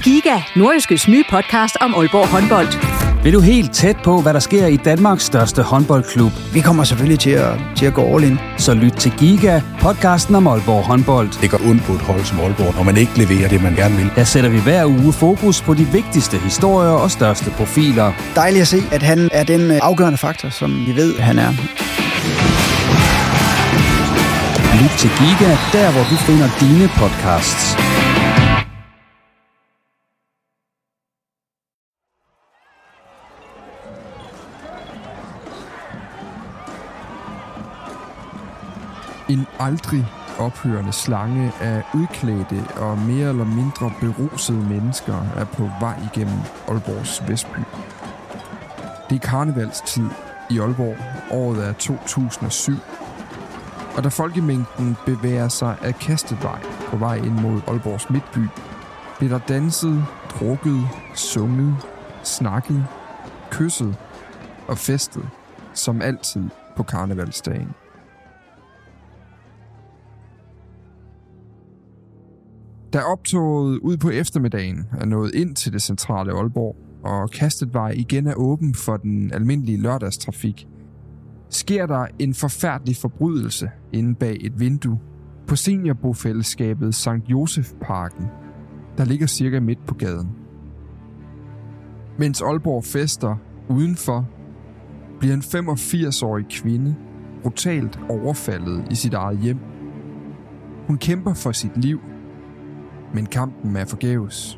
Giga, Nordjyskes nye podcast om Aalborg håndbold. Vil du helt tæt på, hvad der sker i Danmarks største håndboldklub? Vi kommer selvfølgelig til at gå all in. Så lyt til Giga, podcasten om Aalborg håndbold. Det går ondt på et hold som Aalborg, når man ikke leverer det, man gerne vil. Der sætter vi hver uge fokus på de vigtigste historier og største profiler. Dejligt at se, at han er den afgørende faktor, som vi ved, han er. Lyt til Giga, der hvor du finder dine podcasts. En aldrig ophørende slange af udklædte og mere eller mindre berusede mennesker er på vej igennem Aalborgs Vestby. Det er karnevalstid i Aalborg. Året er 2007. Og da folkemængden bevæger sig af Kastevej på vej ind mod Aalborgs Midtby, bliver der danset, drukket, sunget, snakket, kysset og festet, som altid på karnevalsdagen. Da optoget ud på eftermiddagen er nået ind til det centrale Aalborg, og Kastevej igen er åben for den almindelige lørdagstrafik, sker der en forfærdelig forbrydelse inde bag et vindue på seniorbofællesskabet Sankt Josef-parken, der ligger cirka midt på gaden. Mens Aalborg fester udenfor, bliver en 85-årig kvinde brutalt overfaldet i sit eget hjem. Hun kæmper for sit liv, men kampen er forgæves.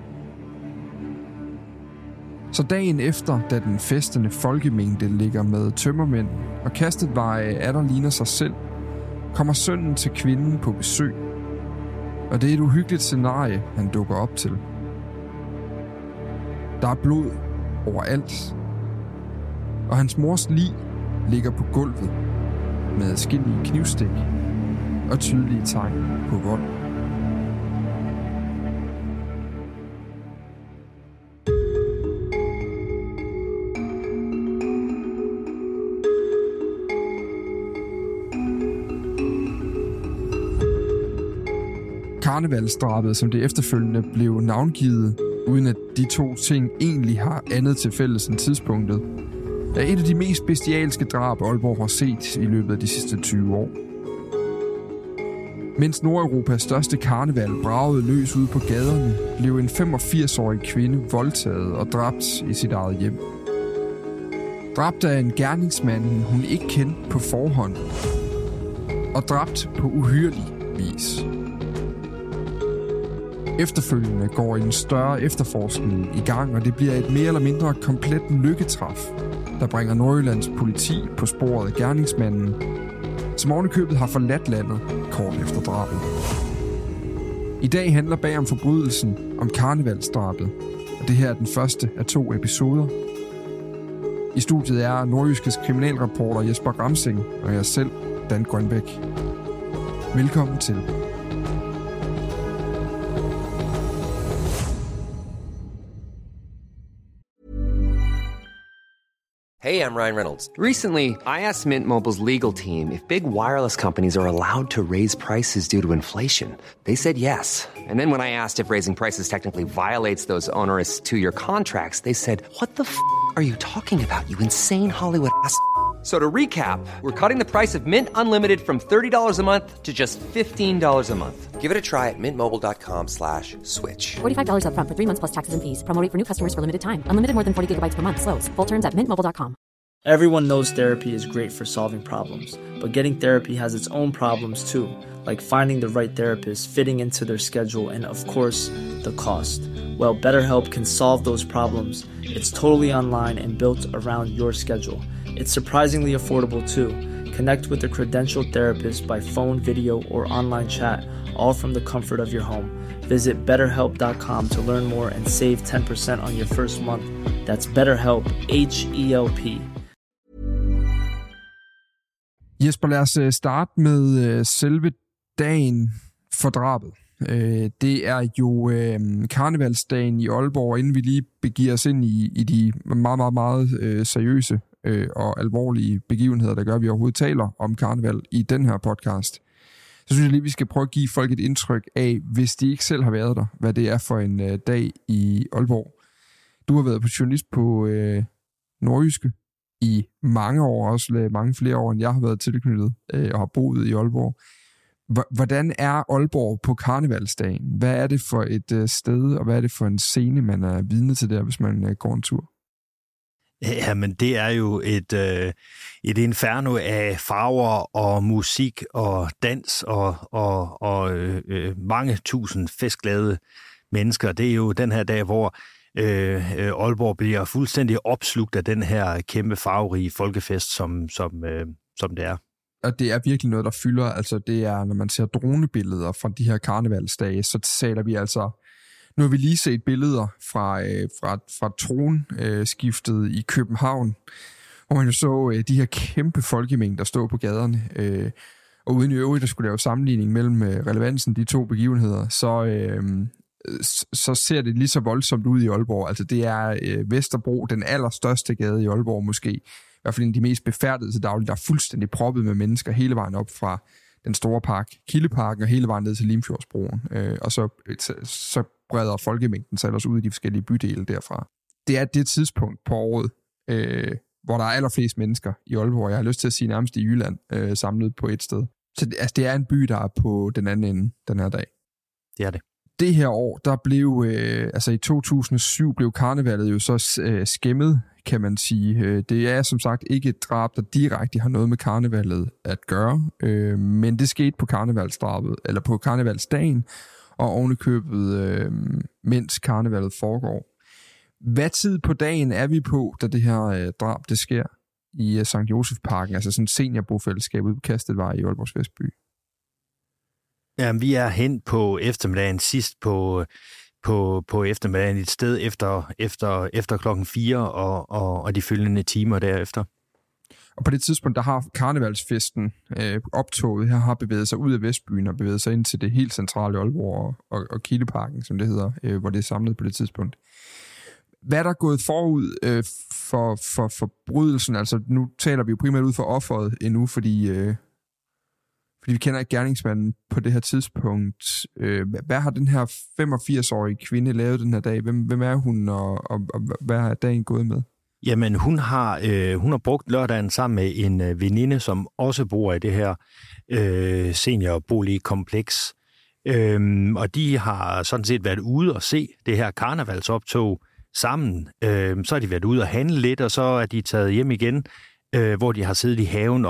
Så dagen efter, da den festende folkemængde ligger med tømmermænd og Kastevej atter ligner sig selv, kommer sønnen til kvinden på besøg. Og det er et uhyggeligt scenarie, han dukker op til. Der er blod overalt, og hans mors lig ligger på gulvet med adskillige knivstik og tydelige tegn på vold. Karnevalsdrabet, som det efterfølgende blev navngivet, uden at de to ting egentlig har andet til fælles end tidspunktet, er et af de mest bestialske drab, Aalborg har set i løbet af de sidste 20 år. Mens Nordeuropas største karneval bragede løs ude på gaderne, blev en 85-årig kvinde voldtaget og dræbt i sit eget hjem. Dræbt af en gerningsmand, hun ikke kendte på forhånd, og dræbt på uhyrlig vis. Efterfølgende går en større efterforskning i gang, og det bliver et mere eller mindre komplet lykketræf, der bringer Nordjyllands politi på sporet af gerningsmanden, som ovenikøbet har forladt landet kort efter drabet. I dag handler Bag om forbrydelsen om karnevalsdrabet, og det her er den første af 2 episoder. I studiet er nordjyskes kriminalreporter Jesper Gramsing og jeg selv, Dan Grønbæk. Velkommen til. Hey, I'm Ryan Reynolds. Recently, I asked Mint Mobile's legal team if big wireless companies are allowed to raise prices due to inflation. They said yes. And then when I asked if raising prices technically violates those onerous 2-year contracts, they said, "What the f*** are you talking about, you insane Hollywood ass?" So to recap, we're cutting the price of Mint Unlimited from $30 a month to just $15 a month. Give it a try at mintmobile.com/switch. $45 up front for 3 months plus taxes and fees. Promo rate for new customers for limited time. Unlimited more than 40 gigabytes per month. Slows full terms at mintmobile.com. Everyone knows therapy is great for solving problems, but getting therapy has its own problems too, like finding the right therapist, fitting into their schedule, and of course, the cost. Well, BetterHelp can solve those problems. It's totally online and built around your schedule. It's surprisingly affordable too. Connect with a credentialed therapist by phone, video, or online chat, all from the comfort of your home. Visit BetterHelp.com to learn more and save 10% on your first month. That's BetterHelp, H-E-L-P. Jesper, lad os starte med selve dagen for drabet. Det er jo karnevalsdagen i Aalborg, inden vi lige begiver os ind i de meget, meget, meget seriøse og alvorlige begivenheder, der gør, at vi overhovedet taler om karneval i den her podcast. Så synes jeg lige, vi skal prøve at give folk et indtryk af, hvis de ikke selv har været der, hvad det er for en dag i Aalborg. Du har været på journalist på Nordjyske i mange år, også mange flere år, end jeg har været tilknyttet og har boet i Aalborg. Hvordan er Aalborg på karnevalsdagen? Hvad er det for et sted, og hvad er det for en scene, man er vidne til der, hvis man går en tur? Jamen, det er jo et inferno af farver og musik og dans og mange tusind festglade mennesker. Det er jo den her dag, hvor Aalborg bliver fuldstændig opslugt af den her kæmpe farverige folkefest, som det er. Og det er virkelig noget, der fylder. Altså, det er, når man ser dronebilleder fra de her karnevalsdage, så taler vi altså... Nu har vi lige set billeder fra tronskiftet i København, hvor man jo så de her kæmpe folkemængder stå på gaderne. Og uden i øvrigt, der skulle lave sammenligning mellem relevansen de to begivenheder, så ser det lige så voldsomt ud i Aalborg. Altså, det er Vesterbro, den allerstørste gade i Aalborg måske. I hvert fald en af de mest befærdede til daglig, der er fuldstændig proppet med mennesker hele vejen op fra den store park, Kildeparken, og hele vejen ned til Limfjordsbroen. Og så breder folkemængden sig ellers ud i de forskellige bydele derfra. Det er det tidspunkt på året, hvor der er allerflest mennesker i Aalborg. Jeg har lyst til at sige nærmest i Jylland, samlet på et sted. Så det er en by, der er på den anden ende den her dag. Det er det. Det her år, der blev, i 2007 blev karnevalet jo så skæmmet, kan man sige. Det er som sagt ikke et drab, der direkte har noget med karnevalet at gøre, men det skete på karnevalsdrabet, eller på karnevalsdagen, og ovenikøbet, mens karnevalet foregår. Hvad tid på dagen er vi på, da det her drab det sker i Sankt Josefparken, altså sådan seniorbofællesskab ude på Kastelvej i Aalborgs Vestby? Ja, vi er hen på eftermiddagen, sidst på eftermiddagen, et sted efter klokken 4 og de følgende timer derefter. Og på det tidspunkt, der har karnevalsfesten optoget her har bevæget sig ud af Vestbyen og bevæget sig ind til det helt centrale Aalborg og Kildeparken, som det hedder, hvor det er samlet på det tidspunkt. Hvad er der gået forud for forbrydelsen? Altså, nu taler vi jo primært ud for offeret endnu, fordi vi kender ikke gerningsmanden på det her tidspunkt. Hvad har den her 85-årige kvinde lavet den her dag? Hvem er hun, og hvad har dagen gået med? Jamen, hun har brugt lørdagen sammen med en veninde, som også bor i det her seniorboligkompleks. Og de har sådan set været ude og se det her karnevalsoptog sammen. Så har de været ude og handle lidt, og så er de taget hjem igen, hvor de har siddet i haven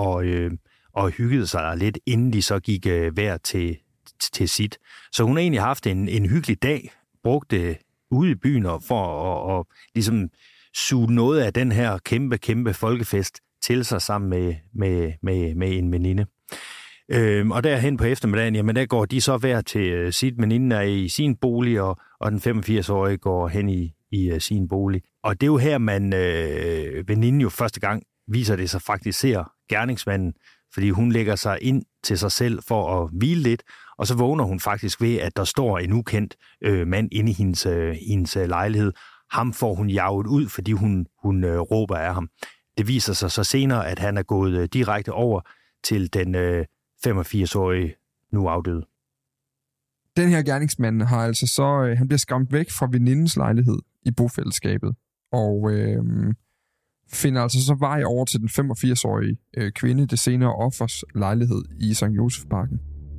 og hygget sig lidt, inden de så gik hver til sit. Så hun har egentlig haft en hyggelig dag, brugt det ude i byen for at ligesom suge noget af den her kæmpe folkefest til sig sammen med en veninde. Og derhen på eftermiddagen, jamen der går de så hver til sit. Veninden er i sin bolig, og den 85-årige går hen i sin bolig. Og det er jo her, man veninden jo første gang viser det sig faktisk ser gerningsmanden, fordi hun lægger sig ind til sig selv for at hvile lidt, og så vågner hun faktisk ved, at der står en ukendt mand inde i hendes lejlighed. Ham får hun jaget ud, fordi hun råber af ham. Det viser sig så senere, at han er gået direkte over til den 85-årige nu afdøde. Den her gerningsmand har altså han bliver skræmt væk fra venindens lejlighed i bofællesskabet, og finder altså så vej over til den 85-årige kvinde, det senere offers lejlighed i Sankt Josefparken.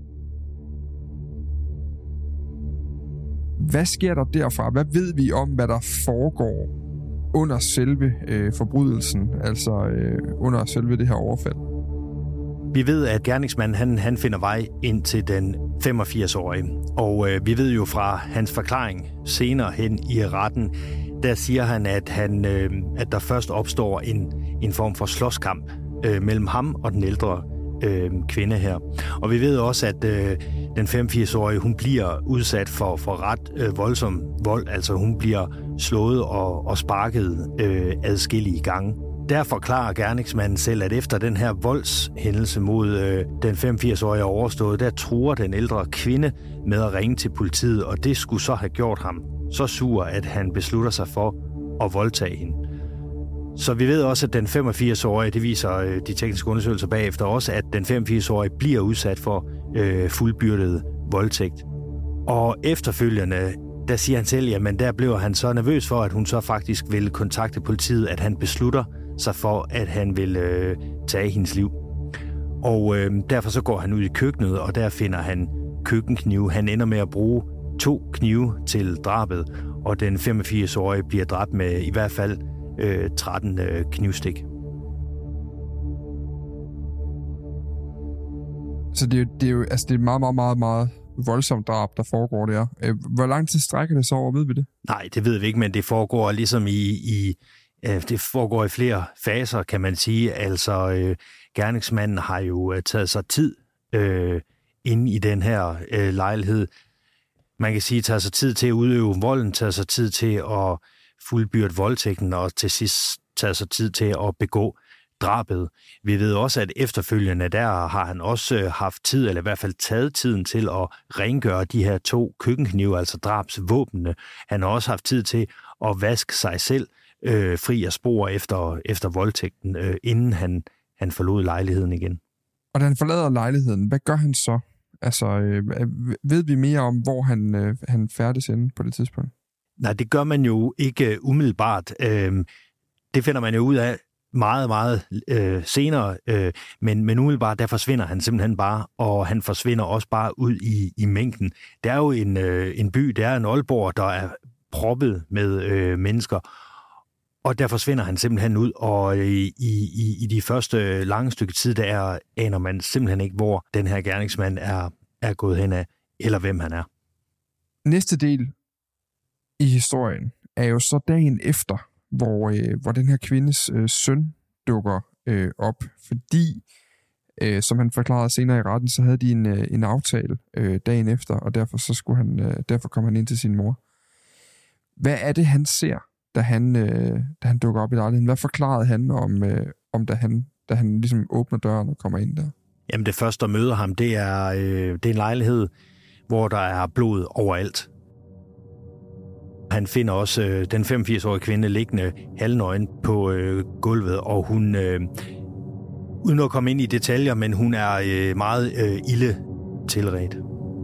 Hvad sker der derfra? Hvad ved vi om, hvad der foregår under selve forbrydelsen, altså under selve det her overfald? Vi ved, at gerningsmanden han finder vej ind til den 85-årige, og vi ved jo fra hans forklaring senere hen i retten, der siger han, at der først opstår en form for slåskamp mellem ham og den ældre kvinde her. Og vi ved også, at den 85-årige, hun bliver udsat for ret voldsom vold, altså hun bliver slået og sparket adskillige gange. Der forklarer gerningsmanden selv, at efter den her voldshændelse mod den 85-årige overstået, der truer den ældre kvinde med at ringe til politiet, og det skulle så have gjort ham så sur, at han beslutter sig for at voldtage hende. Så vi ved også, at den 85-årige, det viser de tekniske undersøgelser bagefter også, at den 85-årige bliver udsat for fuldbyrdet voldtægt. Og efterfølgende, der siger han selv, jamen der blev han så nervøs for, at hun så faktisk ville kontakte politiet, at han beslutter sig for, at han vil tage hendes liv. Og derfor så går han ud i køkkenet, og der finder han køkkenknive. Han ender med at bruge 2 knive til drabet, og den 85-årige bliver dræbt med i hvert fald 13 knivstik. Så det er jo et meget, meget, meget, meget voldsomt drab, der foregår der. Hvor lang tid strækker det så over, ved vi det? Nej, det ved vi ikke, men det foregår ligesom det foregår i flere faser, kan man sige. Altså, gerningsmanden har jo taget sig tid inde i den her lejlighed. Man kan sige, tager sig tid til at udøve volden, tager sig tid til at fuldbyrde voldtægten, og til sidst tager sig tid til at begå drabet. Vi ved også, at efterfølgende der har han også haft tid, eller i hvert fald taget tiden til at rengøre de her 2 køkkenknive, altså drabsvåbnene. Han har også haft tid til at vaske sig selv fri af spor efter voldtægten, inden han forlod lejligheden igen. Og da han forlader lejligheden, hvad gør han så? Altså, ved vi mere om, hvor han færdes inde på det tidspunkt? Nej, det gør man jo ikke umiddelbart. Det finder man jo ud af meget, meget senere, men umiddelbart, der forsvinder han simpelthen bare, og han forsvinder også bare ud i mængden. Det er jo en by, det er en Aalborg, der er proppet med mennesker, og der forsvinder han simpelthen ud, og i de første lange stykke tid, der aner man simpelthen ikke, hvor den her gerningsmand er gået hen af, eller hvem han er. Næste del i historien er jo så dagen efter, hvor den her kvindes søn dukker op, fordi, som han forklarede senere i retten, så havde de en aftale dagen efter, og derfor kom han ind til sin mor. Hvad er det, han ser, da han dukker op i lejligheden? Hvad forklarede han om da han ligesom åbner døren og kommer ind der? Jamen det første, der møder ham, det er en lejlighed, hvor der er blod overalt. Han finder også den 85-årige kvinde liggende halvnøgen på gulvet, og hun, uden at komme ind i detaljer, men hun er meget ilde tilredt.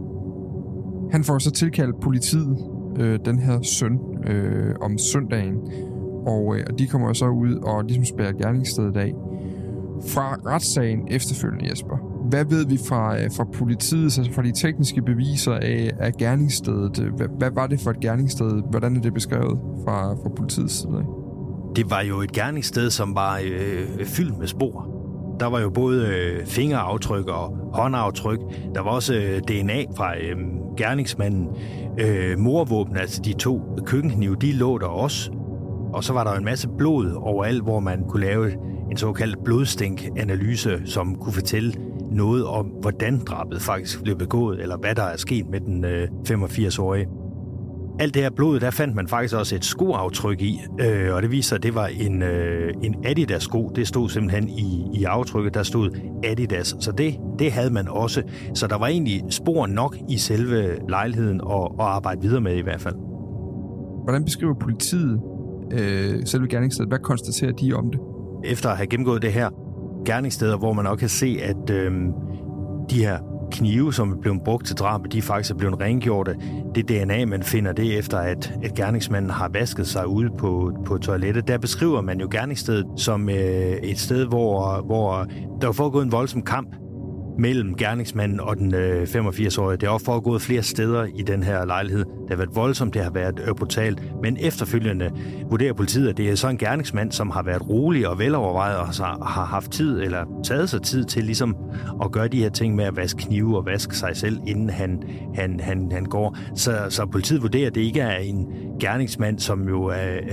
Han får så tilkaldt politiet, den her søn, om søndagen, og de kommer så ud og ligesom spærrer gerningsstedet af. Fra retssagen efterfølgende, Jesper, hvad ved vi fra politiet, altså fra de tekniske beviser af gerningsstedet? Hvad var det for et gerningssted? Hvordan er det beskrevet fra politiets side? Det var jo et gerningssted, som var fyldt med spor. Der var jo både fingeraftryk og håndaftryk. Der var også DNA fra gerningsmanden. Mordvåben, altså de 2 køkkenknive, de lå der også. Og så var der en masse blod overalt, hvor man kunne lave en såkaldt blodstink-analyse, som kunne fortælle noget om, hvordan drabet faktisk blev begået, eller hvad der er sket med den 85-årige. Alt det her blod, der fandt man faktisk også et skoaftryk i, og det viser, at det var en Adidas-sko. Det stod simpelthen i aftrykket, der stod Adidas, så det havde man også. Så der var egentlig spor nok i selve lejligheden at arbejde videre med i hvert fald. Hvordan beskriver politiet selve gerningsstedet? Hvad konstaterer de om det? Efter at have gennemgået det her gerningssteder, hvor man nok kan se, at de her knive, som er blevet brugt til drab, de faktisk er blevet rengjorte. Det DNA, man finder det efter, at gerningsmanden har vasket sig ude på toilettet. Der beskriver man jo gerningsstedet som et sted, hvor der var foregået en voldsom kamp mellem gerningsmanden og den 85-årige. Det har også foregået flere steder i den her lejlighed. Det har været voldsomt, det har været brutalt, men efterfølgende vurderer politiet, at det er så en gerningsmand, som har været rolig og velovervejet og har haft tid, eller taget sig tid til ligesom at gøre de her ting med at vaske knive og vaske sig selv, inden han går. Så politiet vurderer, at det ikke er en gerningsmand, som jo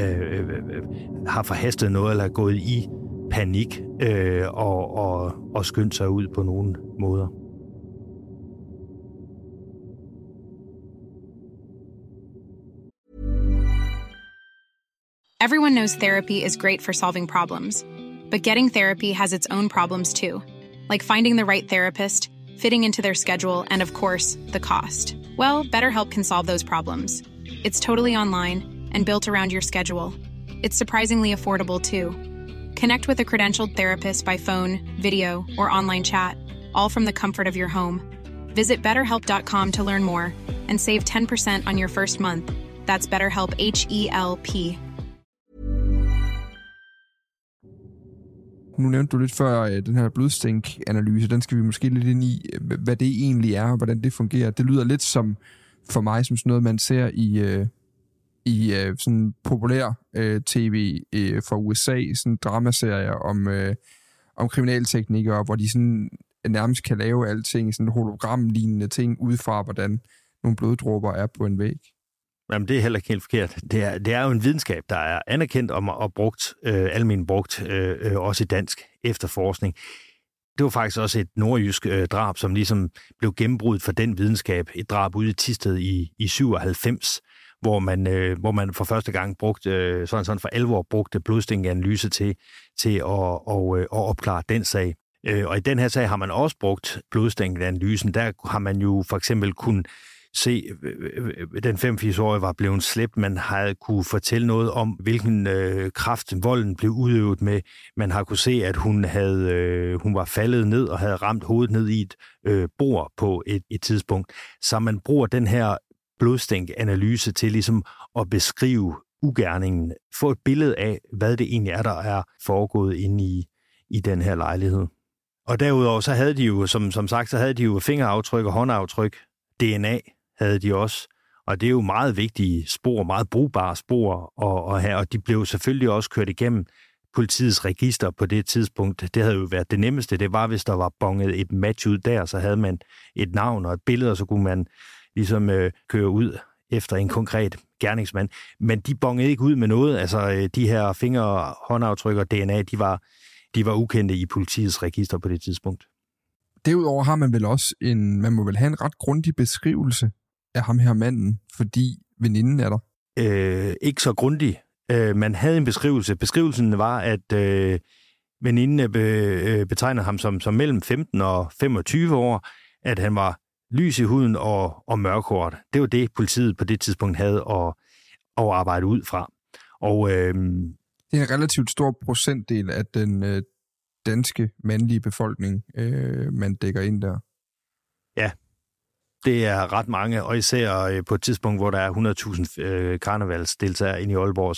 har forhastet noget eller er gået i panik og skyndt sig ud på nogle måder. Everyone knows therapy is great for solving problems, but getting therapy has its own problems too, like finding the right therapist, fitting into their schedule, and of course, the cost. Well, BetterHelp can solve those problems. It's totally online and built around your schedule. It's surprisingly affordable too. Connect with a credentialed therapist by phone, video, or online chat, all from the comfort of your home. Visit BetterHelp.com to learn more and save 10% on your first month. That's BetterHelp, H-E-L-P. Nu nævnte du lidt før den her blodstink-analyse. Den skal vi måske lidt ind i, hvad det egentlig er, og hvordan det fungerer. Det lyder lidt som, for mig, som sådan noget, man ser i sådan populær tv fra USA, sådan dramaserier om kriminalteknikere, hvor de sådan nærmest kan lave alting, sådan hologramlignende ting, ud fra hvordan nogle bloddråber er på en væg. Jamen, det er heller ikke helt forkert. Det er jo en videnskab, der er anerkendt og brugt, almen brugt, også i dansk efterforskning. Det var faktisk også et nordjysk drab, som ligesom blev gennembrudt for den videnskab. Et drab ude i Thisted i 97, hvor man for første gang brugte, sådan for alvor brugte blodstinkanalyse til at opklare den sag. Og i den her sag har man også brugt blodstinkanalysen. Der har man jo for eksempel kunnet se, den 85-årige var blevet slæbt. Man havde kunne fortælle noget om, hvilken kraft volden blev udøvet med. Man har kunne se, at hun var faldet ned og havde ramt hovedet ned i et bord på et tidspunkt. Så man bruger den her blodstinkanalyse til ligesom at beskrive ugerningen, få et billede af, hvad det egentlig er, der er foregået inde i den her lejlighed. Og derudover så havde de jo, som sagt, så havde de jo fingeraftryk og håndaftryk. DNA havde de også, og det er jo meget vigtige spor, meget brugbare spor at have, og de blev selvfølgelig også kørt igennem politiets register på det tidspunkt. Det havde jo været det nemmeste. Det var, hvis der var bonget et match ud der, så havde man et navn og et billede, og så kunne man ligesom køre ud efter en konkret gerningsmand. Men de bongede ikke ud med noget. Altså, de her fingre, håndaftryk og DNA, de var ukendte i politiets register på det tidspunkt. Derudover har man vel også man må vel have en ret grundig beskrivelse af ham her manden, fordi veninden er der. Ikke så grundig. Man havde en beskrivelse. Beskrivelsen var, at veninden betegnede ham som mellem 15 og 25 år, at han var lys i huden og mørkhåret. Det var det, politiet på det tidspunkt havde at arbejde ud fra. Og det er en relativt stor procentdel af den danske mandlige befolkning, man dækker ind der. Ja, det er ret mange, og især på et tidspunkt, hvor der er 100.000 karnevalsdeltagere inde i Aalborg,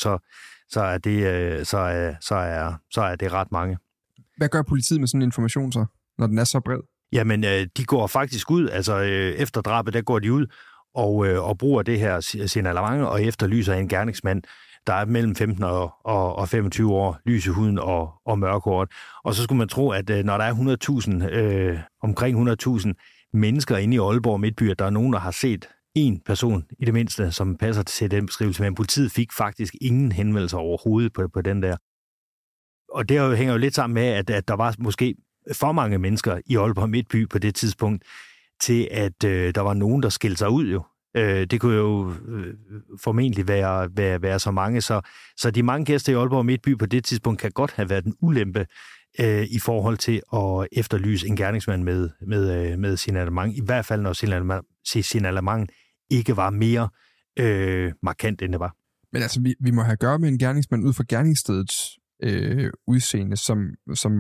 så er det ret mange. Hvad gør politiet med sådan en information så, når den er så bred? Jamen, de går faktisk ud, altså efter drabet, der går de ud og bruger det her signalement og efterlyser en gerningsmand, der er mellem 15 og 25 år, lys i huden og mørkhåret. Og så skulle man tro, at når der er 100.000, omkring 100.000 mennesker inde i Aalborg Midtby, at der er nogen, der har set en person i det mindste, som passer til den beskrivelse, men politiet fik faktisk ingen henvendelser overhovedet på den der. Og det hænger jo lidt sammen med, at der var måske for mange mennesker i Aalborg Midtby på det tidspunkt, til at der var nogen, der skilte sig ud jo. Det kunne jo formentlig være så mange, så de mange gæster i Aalborg Midtby på det tidspunkt kan godt have været en ulempe i forhold til at efterlyse en gerningsmand med signalement. I hvert fald, når signalement ikke var mere markant, end det var. Men altså, vi må have at gøre med en gerningsmand ud fra gerningsstedets udseende, som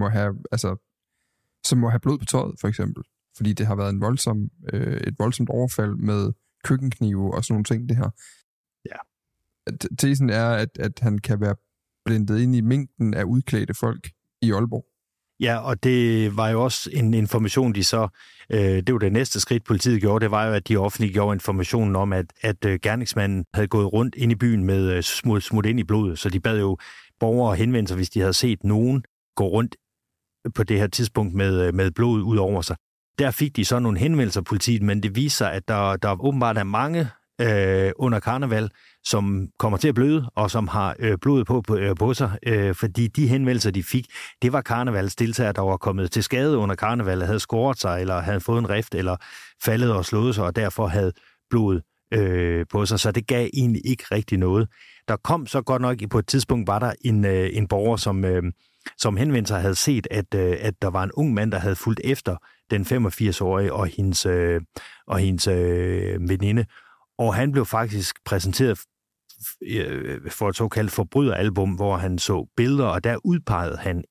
må have blod på tøjet, for eksempel. Fordi det har været et voldsomt overfald med køkkenknive og sådan nogle ting, det her. Ja. Tesen er, at han kan være blindet ind i mængden af udklædte folk i Aalborg. Ja, og det var jo også en information, de så... det var det næste skridt, politiet gjorde, det var jo, at de offentliggjorde informationen om, at gerningsmanden havde gået rundt ind i byen med smut ind i blodet, så de bad jo borgere henvende sig, hvis de havde set nogen gå rundt på det her tidspunkt med blod ud over sig. Der fik de så nogle henvendelser af politiet, men det viser sig, at der åbenbart er mange under karneval, som kommer til at bløde, og som har blodet på sig, fordi de henvendelser, de fik, det var karnevalsdeltagere, der var kommet til skade under karnevalet, havde skåret sig, eller havde fået en rift, eller faldet og slået sig, og derfor havde blodet på sig, så det gav egentlig ikke rigtig noget. Der kom så godt nok, på et tidspunkt var der en borger, som henvendte sig, havde set, at der var en ung mand, der havde fulgt efter den 85-årige og hendes veninde. Og han blev faktisk præsenteret for et såkaldt forbryderalbum, hvor han så billeder, og der udpegede han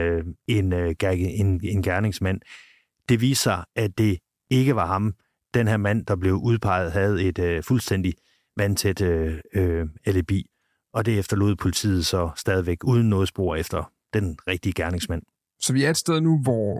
en gerningsmand. Det viser, at det ikke var ham. Den her mand, der blev udpeget, havde et fuldstændig vandtæt alibi, og det efterlod politiet så stadigvæk uden noget spor efter den rigtige gerningsmand. Så vi er et sted nu,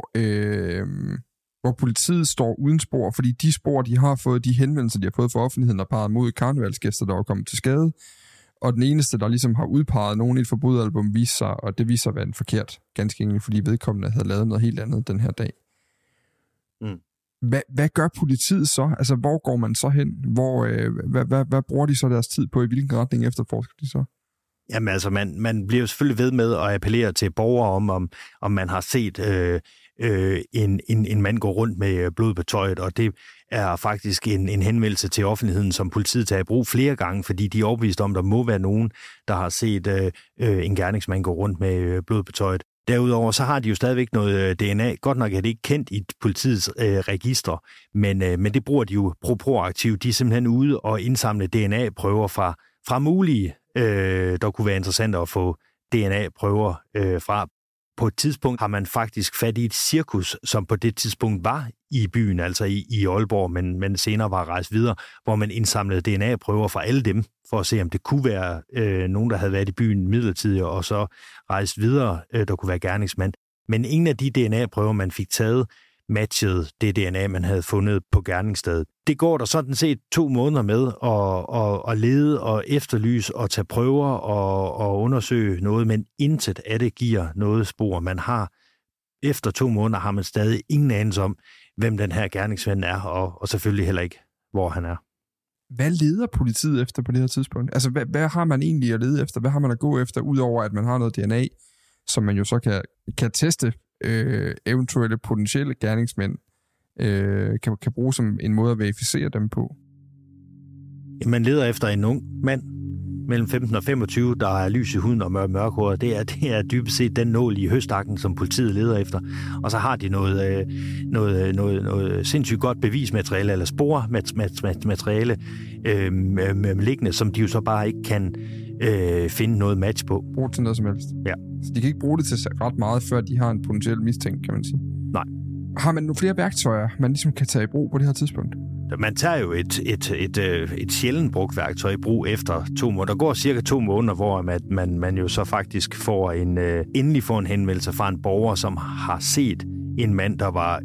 hvor politiet står uden spor, fordi de spor, de har fået, de henvendelser, de har fået fra offentligheden, der peger mod karnevalsgæster, der er kommet til skade, og den eneste, der ligesom har udpeget nogen i et forbryderalbum, viser sig, og det viser sig at være en forkert, ganske enkelt, fordi vedkommende havde lavet noget helt andet den her dag. Mm. Hvad gør politiet så? Altså, hvor går man så hen? Hvad bruger de så deres tid på? I hvilken retning efterforsker de så? Jamen altså, man bliver jo selvfølgelig ved med at appellere til borgere om man har set en mand gå rundt med blod på tøjet, og det er faktisk en henvendelse til offentligheden, som politiet tager i brug flere gange, fordi de er overbevist om, der må være nogen, der har set en gerningsmand gå rundt med blod på tøjet. Derudover så har de jo stadigvæk noget DNA. Godt nok er det ikke kendt i politiets register, men det bruger de jo proaktivt. De er simpelthen ude og indsamle DNA-prøver fra mulige, der kunne være interessant at få DNA-prøver fra. På et tidspunkt har man faktisk fat i et cirkus, som på det tidspunkt var i byen, altså i Aalborg, men senere var rejst videre, hvor man indsamlede DNA-prøver fra alle dem, for at se, om det kunne være nogen, der havde været i byen midlertidigt, og så rejst videre, der kunne være gerningsmand. Men ingen af de DNA-prøver, man fik taget, matchede det DNA, man havde fundet på gerningsstedet. Det går der sådan set 2 måneder med at lede og efterlyse og tage prøver og undersøge noget, men intet af det giver noget spor. Man har efter 2 måneder har man stadig ingen anelse om, hvem den her gerningsmand er, og selvfølgelig heller ikke, hvor han er. Hvad leder politiet efter på det her tidspunkt? Altså, hvad har man egentlig at lede efter? Hvad har man at gå efter, udover at man har noget DNA, som man jo så kan teste eventuelle potentielle gerningsmænd, kan bruge som en måde at verificere dem på? Man leder efter en ung mand mellem 15 og 25, der er lys i huden og mørkhåret. Det er dybest set den nål i høstakken, som politiet leder efter. Og så har de noget sindssygt godt bevismateriale, eller spormateriale liggende, som de jo så bare ikke kan finde noget match på. Bruge til noget som helst? Ja. Så de kan ikke bruge det til ret meget, før de har en potentiel mistænkt, kan man sige? Nej. Har man nogle flere værktøjer, man ligesom kan tage i brug på det her tidspunkt? Man tager jo et sjældent brugt værktøj i brug efter 2 måneder. Der går cirka 2 måneder, hvor man jo så faktisk får endelig får en henvendelse fra en borger, som har set en mand,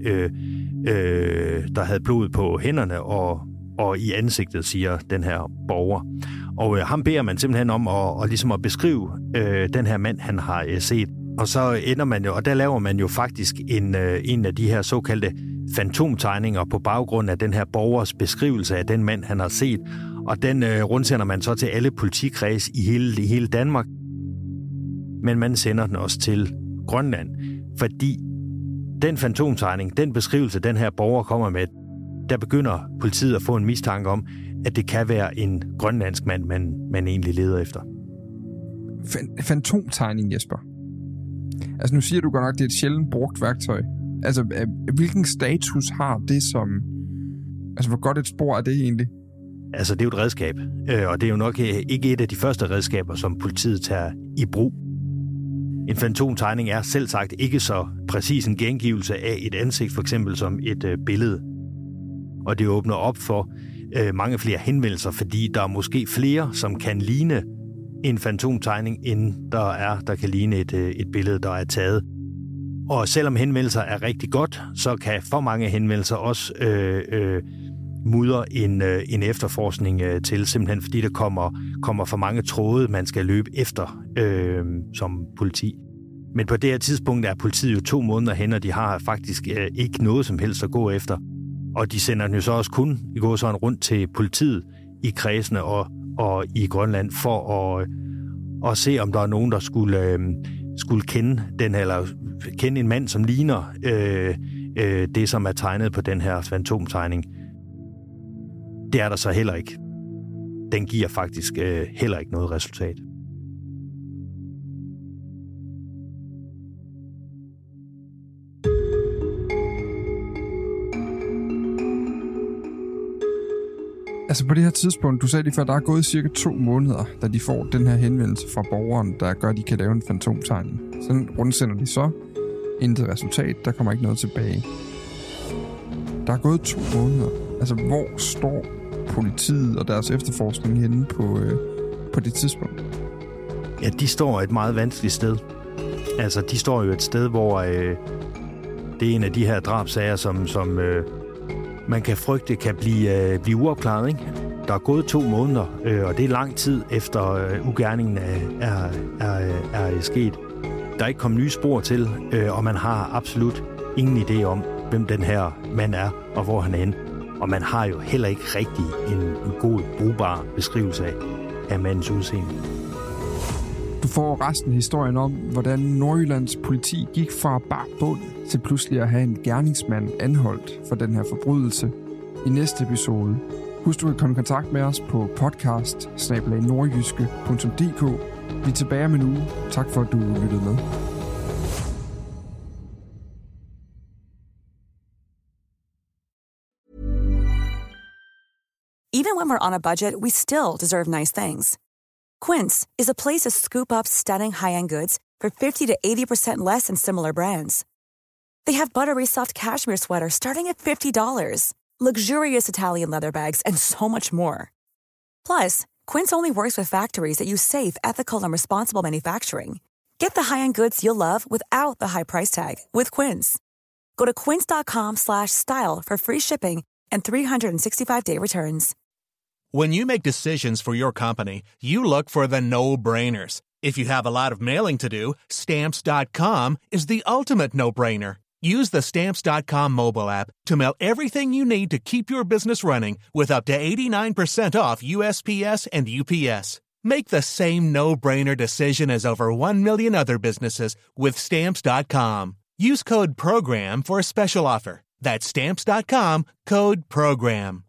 der havde blod på hænderne og i ansigtet, siger den her borger. Og ham beder man simpelthen om at beskrive den her mand, han har set. Og så ender man jo, og der laver man jo faktisk en af de her såkaldte fantomtegninger på baggrund af den her borgers beskrivelse af den mand, han har set. Og den rundsender man så til alle politikreds i hele Danmark. Men man sender den også til Grønland, fordi den fantomtegning, den beskrivelse, den her borger kommer med, der begynder politiet at få en mistanke om, at det kan være en grønlandsk mand, man egentlig leder efter. Fantomtegning, Jesper. Altså nu siger du godt nok, at det er et sjældent brugt værktøj. Altså hvilken status har det som... Altså hvor godt et spor er det egentlig? Altså det er jo et redskab, og det er jo nok ikke et af de første redskaber, som politiet tager i brug. En fantomtegning er selv sagt ikke så præcis en gengivelse af et ansigt, for eksempel som et billede. Og det åbner op for mange flere henvendelser, fordi der er måske flere, som kan ligne en fantomtegning, end der kan ligne et billede, der er taget. Og selvom henvendelser er rigtig godt, så kan for mange henvendelser også mudre en efterforskning til, simpelthen fordi der kommer for mange tråde, man skal løbe efter som politi. Men på det her tidspunkt er politiet jo 2 måneder hen, og de har faktisk ikke noget som helst at gå efter. Og de sender den jo så også kun i går sådan rundt til politiet i kredsene og i Grønland for at se, om der er nogen, der skulle kende den, eller kende en mand, som ligner det, som er tegnet på den her fantomtegning. Det er der så heller ikke. Den giver faktisk heller ikke noget resultat. Altså på det her tidspunkt, du sagde lige før, der er gået cirka 2 måneder, da de får den her henvendelse fra borgeren, der gør, at de kan lave en fantomtegning. Sådan rundsender de så. Intet resultat, der kommer ikke noget tilbage. Der er gået 2 måneder. Altså hvor står politiet og deres efterforskning henne på det tidspunkt? Ja, de står et meget vanskeligt sted. Altså, de står jo et sted, hvor det er en af de her drabsager, som man kan frygte kan blive uopklaret, ikke? Der er gået 2 måneder, og det er lang tid efter ugerningen er sket. Der er ikke kommet nye spor til, og man har absolut ingen idé om, hvem den her mand er, og hvor han er henne. Og man har jo heller ikke rigtig en god, brugbar beskrivelse af mandens udseende. Du får resten af historien om, hvordan Nordjyllands politi gik fra bar bund til pludselig at have en gerningsmand anholdt for den her forbrydelse i næste episode. Husk, du kan komme i kontakt med os på podcast@nordjyske.dk. Vi er tilbage om en uge. Tak for, at du lyttede med. Even when we're on a budget, we still deserve nice things. Quince is a place to scoop up stunning high-end goods for 50 to 80% less than similar brands. They have buttery soft cashmere sweaters starting at $50, luxurious Italian leather bags, and so much more. Plus, Quince only works with factories that use safe, ethical, and responsible manufacturing. Get the high-end goods you'll love without the high price tag with Quince. Go to quince.com/style for free shipping and 365-day returns. When you make decisions for your company, you look for the no-brainers. If you have a lot of mailing to do, Stamps.com is the ultimate no-brainer. Use the Stamps.com mobile app to mail everything you need to keep your business running with up to 89% off USPS and UPS. Make the same no-brainer decision as over 1 million other businesses with Stamps.com. Use code PROGRAM for a special offer. That's Stamps.com, code PROGRAM.